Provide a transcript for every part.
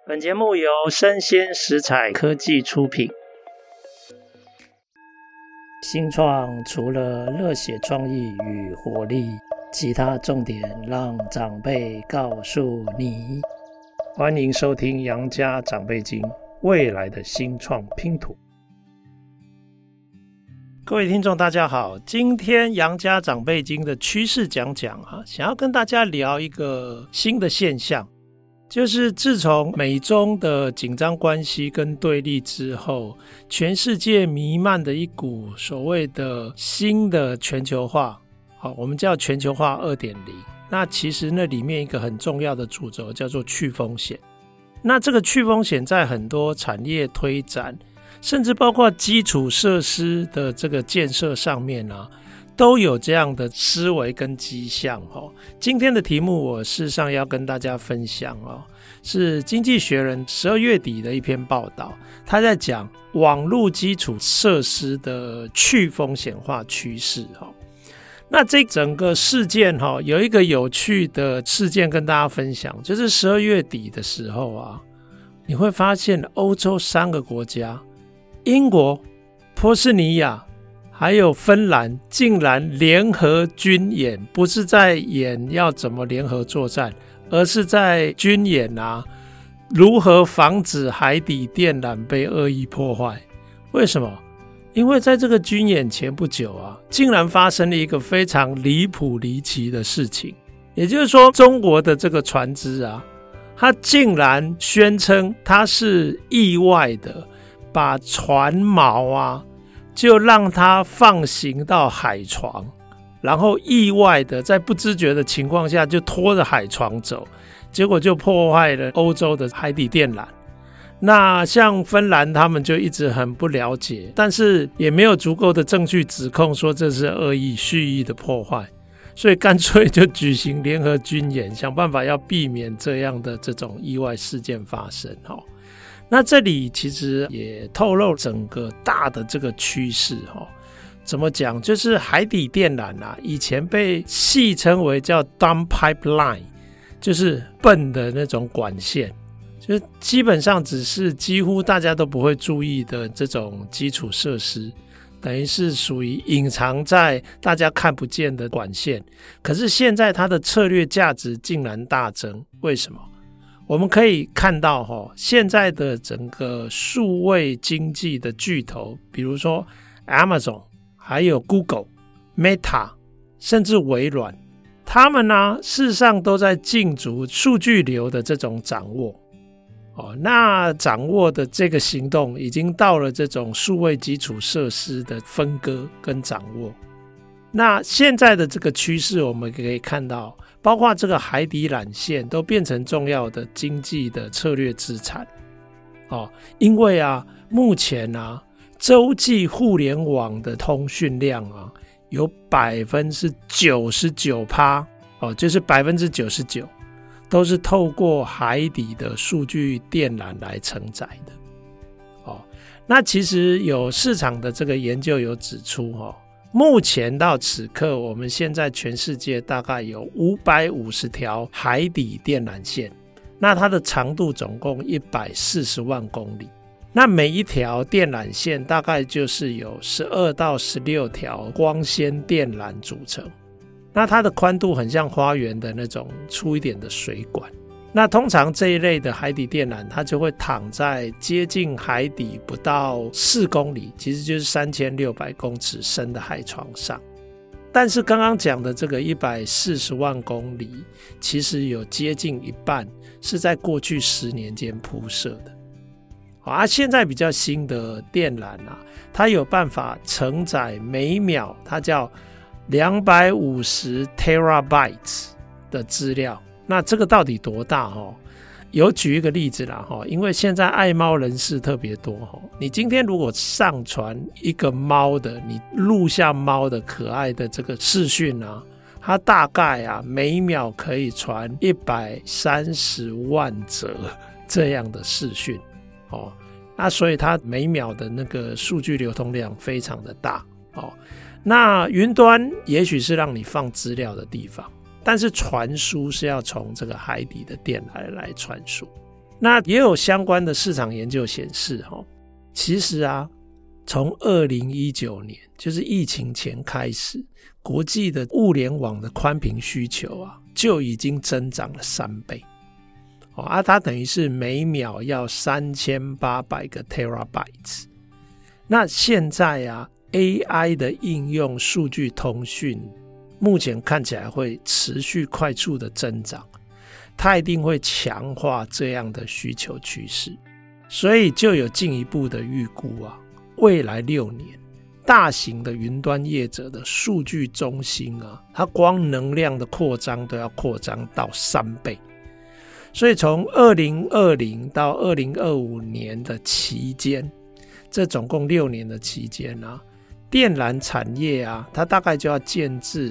本节目由生鲜食材科技出品。新创除了热血创意与活力，其他重点让长辈告诉你。欢迎收听杨家长辈经，未来的新创拼图。各位听众大家好，今天杨家长辈经的趋势讲讲想要跟大家聊一个新的现象，就是自从美中的紧张关系跟对立之后，全世界弥漫的一股所谓的新的全球化，我们叫全球化 2.0。 那其实那里面一个很重要的主轴叫做去风险。那这个去风险在很多产业推展，甚至包括基础设施的这个建设上面都有这样的思维跟迹象。今天的题目我事实上要跟大家分享是经济学人12月底的一篇报道，他在讲网络基础设施的去风险化趋势。那这整个事件有一个有趣的事件跟大家分享，就是12月底的时候你会发现欧洲3个国家，英国、波斯尼亚还有芬兰竟然联合军演，不是在演要怎么联合作战，而是在军演如何防止海底电缆被恶意破坏。为什么？因为在这个军演前不久竟然发生了一个非常离谱离奇的事情。也就是说，中国的这个船只它竟然宣称它是意外的把船锚就让它放行到海床，然后意外的在不知觉的情况下就拖着海床走，结果就破坏了欧洲的海底电缆。那像芬兰他们就一直很不了解，但是也没有足够的证据指控说这是恶意蓄意的破坏，所以干脆就举行联合军演，想办法要避免这样的这种意外事件发生。那这里其实也透露整个大的这个趋势。怎么讲？就是海底电缆以前被戏称为叫 dumb pipeline， 就是笨的那种管线，就是基本上只是几乎大家都不会注意的这种基础设施，等于是属于隐藏在大家看不见的管线。可是现在它的策略价值竟然大增，为什么？我们可以看到现在的整个数位经济的巨头，比如说 Amazon 还有 Google、Meta 甚至微软，他们事实上都在竞逐数据流的这种掌握。那掌握的这个行动已经到了这种数位基础设施的分割跟掌握。那现在的这个趋势我们可以看到，包括这个海底缆线都变成重要的经济的策略资产。因为目前洲际互联网的通讯量有 99%， 就是 99%都是透过海底的数据电缆来承载的。那其实有市场的这个研究有指出目前到此刻，我们现在全世界大概有550条海底电缆线，那它的长度总共140万公里。那每一条电缆线大概就是有12到16条光纤电缆组成，那它的宽度很像花园的那种粗一点的水管。那通常这一类的海底电缆，它就会躺在接近海底不到4公里，其实就是3600公尺深的海床上。但是刚刚讲的这个140万公里，其实有接近一半是在过去10年间铺设的。现在比较新的电缆它有办法承载每秒它叫250 terabytes 的资料。那这个到底多大有举一个例子啦因为现在爱猫人士特别多你今天如果上传一个猫的，你录下猫的可爱的这个视讯它大概每秒可以传130万则这样的视讯那所以它每秒的那个数据流通量非常的大那云端也许是让你放资料的地方，但是传输是要从这个海底的电缆来传输。 那也有相关的市场研究显示，其实啊，从2019年就是疫情前开始，国际的物联网的宽频需求啊，就已经增长了3倍。它等于是每秒要3800个 terabytes。那现在啊 AI 的应用数据通讯目前看起来会持续快速的增长，它一定会强化这样的需求趋势，所以就有进一步的预估啊，未来6年大型的云端业者的数据中心啊，它光能量的扩张都要扩张到3倍。所以从2020到2025年的期间，这总共6年的期间啊，电缆产业啊，它大概就要建置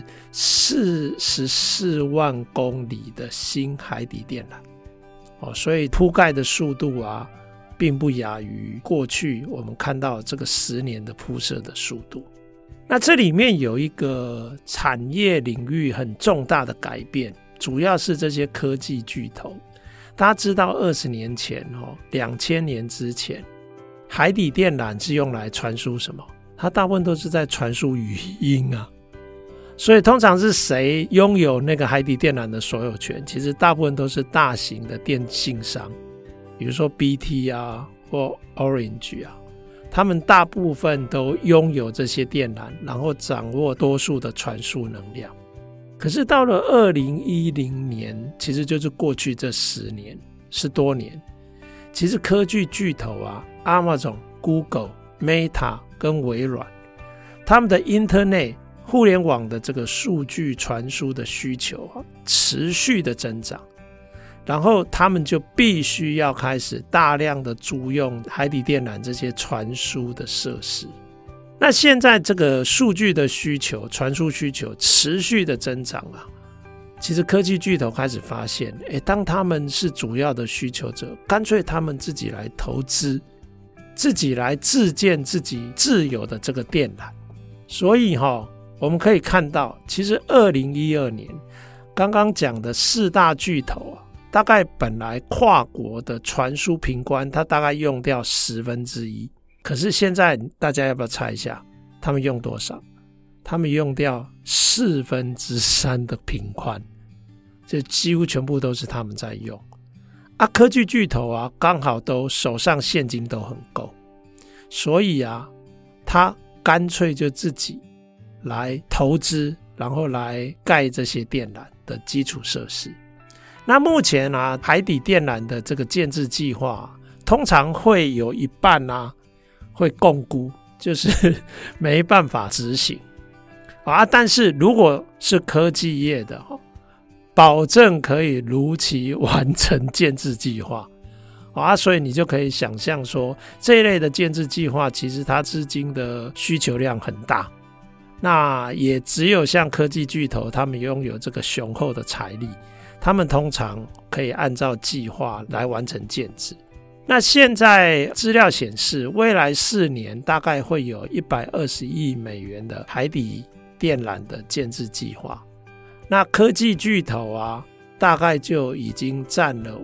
44万公里的新海底电缆。所以铺盖的速度啊，并不亚于过去我们看到这个10年的铺设的速度。那这里面有一个产业领域很重大的改变，主要是这些科技巨头。大家知道20年前2000年之前，海底电缆是用来传输什么？它大部分都是在传输语音啊。所以通常是谁拥有那个海底电缆的所有权？其实大部分都是大型的电信商，比如说 BT 啊或 Orange 啊，他们大部分都拥有这些电缆，然后掌握多数的传输能量。可是到了2010年，其实就是过去这10多年，其实科技巨头啊 Amazon、Google、Meta 跟微软，他们的 Internet 互联网的这个数据传输的需求啊，持续的增长，然后他们就必须要开始大量的租用海底电缆这些传输的设施。那现在这个数据的需求、传输需求持续的增长啊，其实科技巨头开始发现，当他们是主要的需求者，干脆他们自己来投资，自己来自建自己自有的这个电缆。所以我们可以看到，其实2012年刚刚讲的4大巨头啊，大概本来跨国的传输频宽，它大概用掉1/10。可是现在大家要不要猜一下他们用多少？他们用掉3/4的频宽，这几乎全部都是他们在用啊。科技巨头啊，刚好都手上现金都很够，所以啊，他干脆就自己来投资，然后来盖这些电缆的基础设施。那目前啊，海底电缆的这个建制计划通常会有一半啊会共估，就是没办法执行啊。但是如果是科技业的，保证可以如期完成建制计划啊。所以你就可以想象说，这一类的建制计划其实它资金的需求量很大，那也只有像科技巨头他们拥有这个雄厚的财力，他们通常可以按照计划来完成建制。那现在资料显示，未来4年大概会有120亿美元的海底电缆的建制计划。那科技巨头啊，大概就已经占了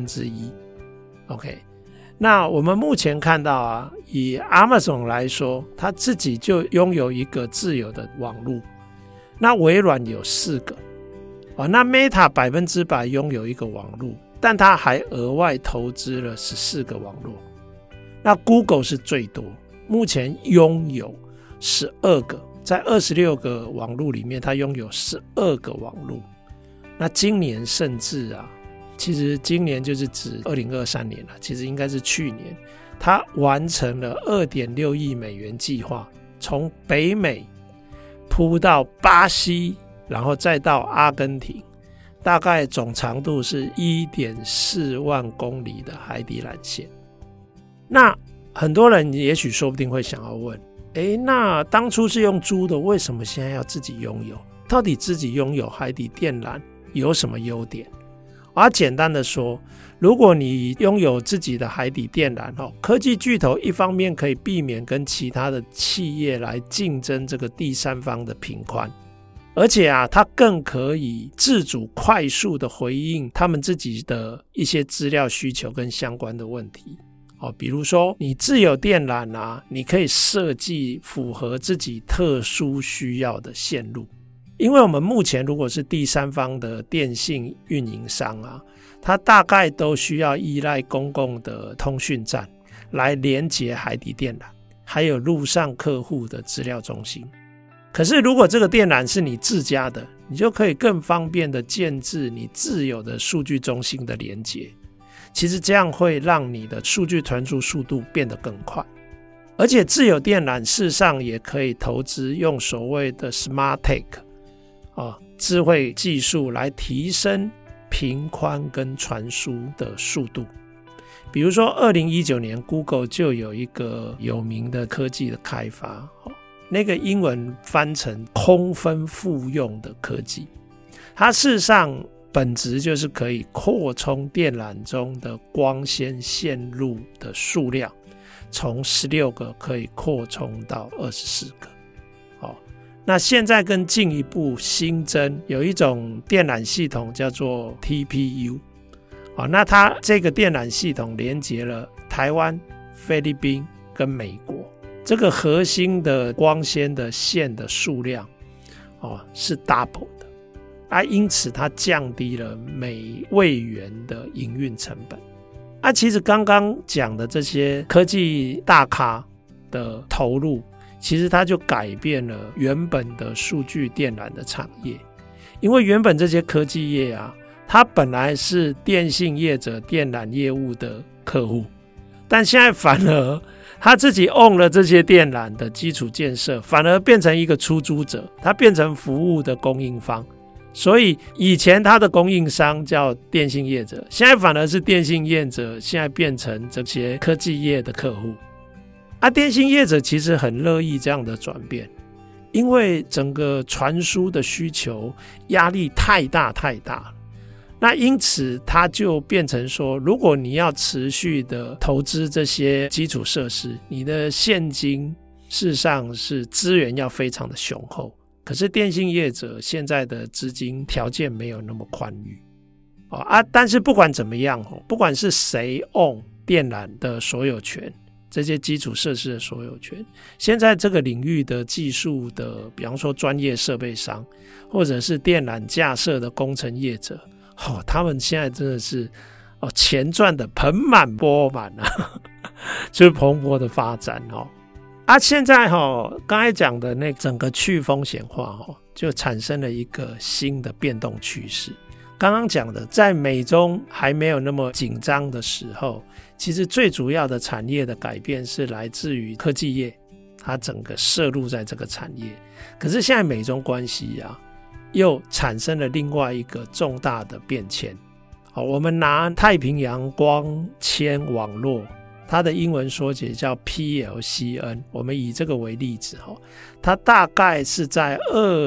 1/5。OK， 那我们目前看到啊，以 Amazon 来说，它自己就拥有一个自有的网路，那微软有4个，那 Meta 100%拥有一个网路，但他还额外投资了14个网络。那 Google 是最多，目前拥有12个，在26个网络里面，他拥有12个网络。那今年甚至啊，其实今年就是指2023年了，其实应该是去年，他完成了2.6亿美元计划，从北美铺到巴西，然后再到阿根廷，大概总长度是 1.4 万公里的海底缆线。那很多人也许说不定会想要问，那当初是用租的，为什么现在要自己拥有？到底自己拥有海底电缆有什么优点？简单的说，如果你拥有自己的海底电缆，科技巨头一方面可以避免跟其他的企业来竞争这个第三方的频宽， 而且啊，它更可以自主快速的回应他们自己的一些资料需求跟相关的问题。比如说你自有电缆啊，你可以设计符合自己特殊需要的线路。因为我们目前如果是第三方的电信运营商啊，它大概都需要依赖公共的通讯站来连接海底电缆，还有陆上客户的资料中心。可是如果这个电缆是你自家的，你就可以更方便的建置你自有的数据中心的连接。其实这样会让你的数据传输速度变得更快。而且自有电缆事实上也可以投资用所谓的 SmartTech智慧技术来提升频宽跟传输的速度。比如说2019年 Google 就有一个有名的科技的开发，那个英文翻成空分复用的科技，它事实上本质就是可以扩充电缆中的光纤线路的数量，从16个可以扩充到24个。那现在更进一步新增有一种电缆系统叫做 TPU， 那它这个电缆系统连接了台湾、菲律宾跟美国，这个核心的光纤的线的数量是 double 的因此它降低了每位元的营运成本其实刚刚讲的这些科技大咖的投入，其实它就改变了原本的数据电缆的产业。因为原本这些科技业啊，它本来是电信业者电缆业务的客户，但现在反而他自己 own 了这些电缆的基础建设，反而变成一个出租者，他变成服务的供应方。所以以前他的供应商叫电信业者，现在反而是电信业者现在变成这些科技业的客户电信业者其实很乐意这样的转变，因为整个传输的需求压力太大了。那因此它就变成说，如果你要持续的投资这些基础设施，你的现金事实上是资源要非常的雄厚，可是电信业者现在的资金条件没有那么宽裕但是不管怎么样，不管是谁 own 电缆的所有权，这些基础设施的所有权，现在这个领域的技术的比方说专业设备商，或者是电缆架设的工程业者他们现在真的是钱赚的盆满钵满就是蓬勃的发展现在刚才讲的那整个去风险化就产生了一个新的变动趋势。刚刚讲的在美中还没有那么紧张的时候，其实最主要的产业的改变是来自于科技业，它整个涉入在这个产业。可是现在美中关系又产生了另外一个重大的变迁我们拿太平洋光纤网络，它的英文缩写叫 PLCN， 我们以这个为例子它大概是在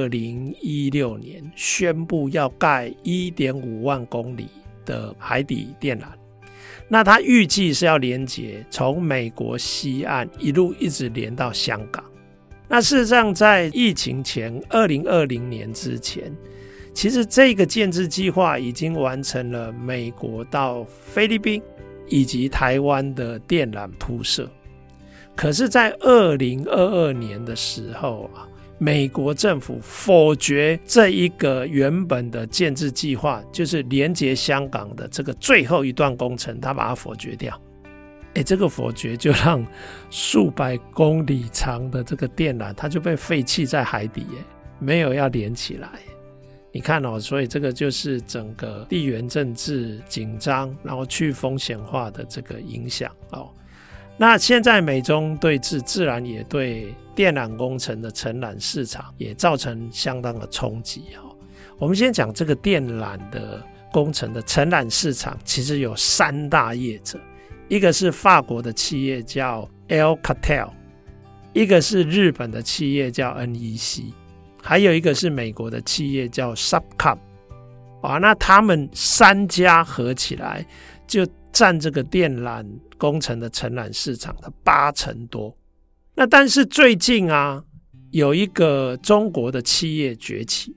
2016年宣布要盖 1.5 万公里的海底电缆，那它预计是要连接从美国西岸一路一直连到香港。那事实上在疫情前2020年之前，其实这个建制计划已经完成了美国到菲律宾以及台湾的电缆铺设。可是在2022年的时候美国政府否决这一个原本的建制计划，就是连接香港的这个最后一段工程，他把它否决掉。这个否决就让数百公里长的这个电缆它就被废弃在海底没有要连起来。你看所以这个就是整个地缘政治紧张然后去风险化的这个影响那现在美中对峙自然也对电缆工程的承揽市场也造成相当的冲击我们先讲这个电缆的工程的承揽市场，其实有3大业者，一个是法国的企业叫 Alcatel， 一个是日本的企业叫 NEC， 还有一个是美国的企业叫 Subcom那他们3家合起来就占这个电缆工程的承揽市场的80%多。那但是最近有一个中国的企业崛起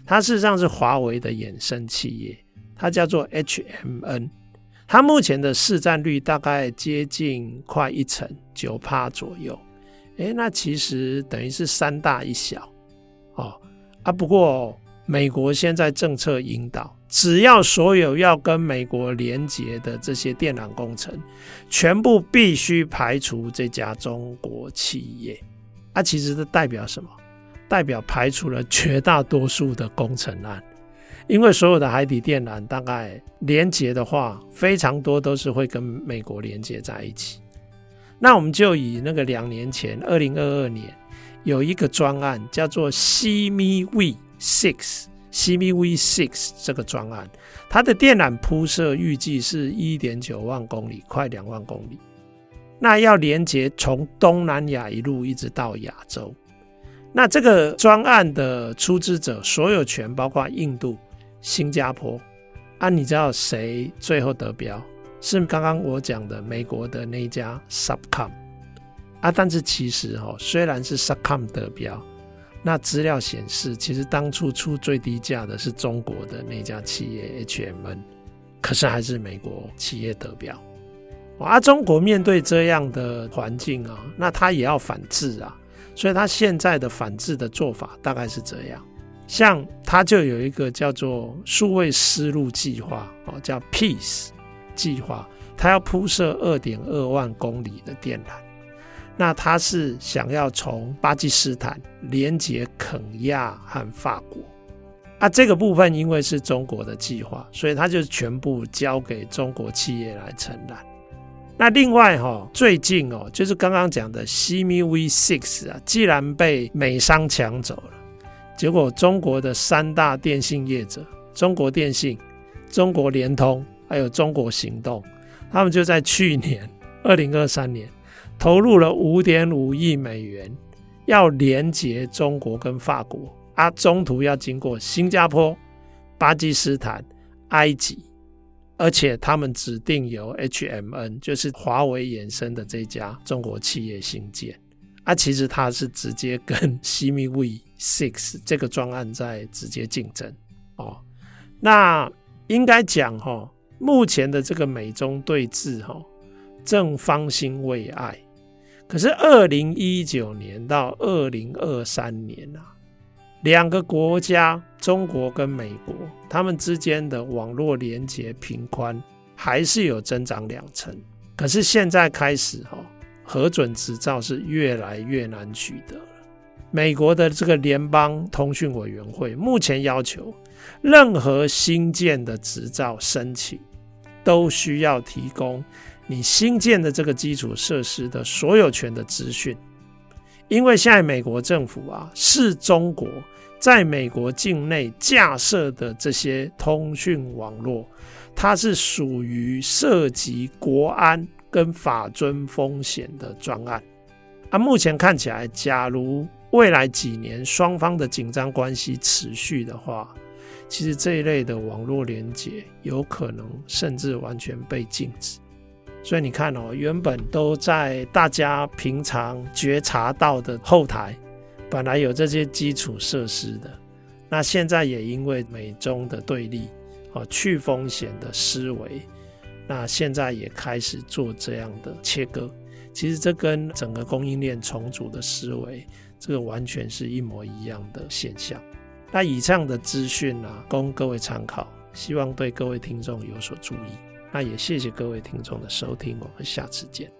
它事实上是华为的衍生企业，它叫做 HMN， 它目前的市占率大概接近快1成 9% 左右。那其实等于是3大1小不过美国现在政策引导，只要所有要跟美国连结的这些电缆工程全部必须排除这家中国企业其实这代表什么？代表排除了绝大多数的工程案，因为所有的海底电缆大概连结的话非常多都是会跟美国连接在一起。那我们就以那个2年前2022年有一个专案叫做 CME-V6 这个专案，它的电缆铺设预计是 1.9 万公里，快2万公里，那要连接从东南亚一路一直到亚洲。那这个专案的出资者所有权包括印度、新加坡你知道谁最后得标？是刚刚我讲的美国的那一家 Subcom但是其实虽然是 Subcom 得标，那资料显示其实当初出最低价的是中国的那家企业 HMN， 可是还是美国企业得标中国面对这样的环境那它也要反制所以他现在的反制的做法大概是这样，像他就有一个叫做数位丝路计划叫 Peace 计划，他要铺设 2.2 万公里的电缆，那他是想要从巴基斯坦连接肯亚和法国这个部分因为是中国的计划，所以他就全部交给中国企业来承揽。那另外最近就是刚刚讲的 CME-V6 既然被美商抢走了，结果中国的3大电信业者，中国电信、中国联通还有中国行动，他们就在去年2023年投入了 5.5 亿美元，要连结中国跟法国中途要经过新加坡、巴基斯坦、埃及，而且他们指定由 HMN 就是华为衍生的这家中国企业新建其实它是直接跟 CME-V6 这个专案在直接竞争那应该讲目前的这个美中对峙正方兴未艾，可是2019年到2023年2个国家中国跟美国他们之间的网络连结频宽还是有增长2成，可是现在开始核准执照是越来越难取得了。美国的这个联邦通讯委员会目前要求任何新建的执照申请都需要提供你新建的这个基础设施的所有权的资讯，因为现在美国政府是中国在美国境内架设的这些通讯网络，它是属于涉及国安跟法遵风险的专案目前看起来，假如未来几年双方的紧张关系持续的话，其实这一类的网络连结有可能甚至完全被禁止。所以你看原本都在大家平常觉察到的后台本来有这些基础设施的，那现在也因为美中的对立去风险的思维，那现在也开始做这样的切割。其实这跟整个供应链重组的思维这个完全是一模一样的现象。那以上的资讯供各位参考，希望对各位听众有所注意。那也谢谢各位听众的收听，我们下次见。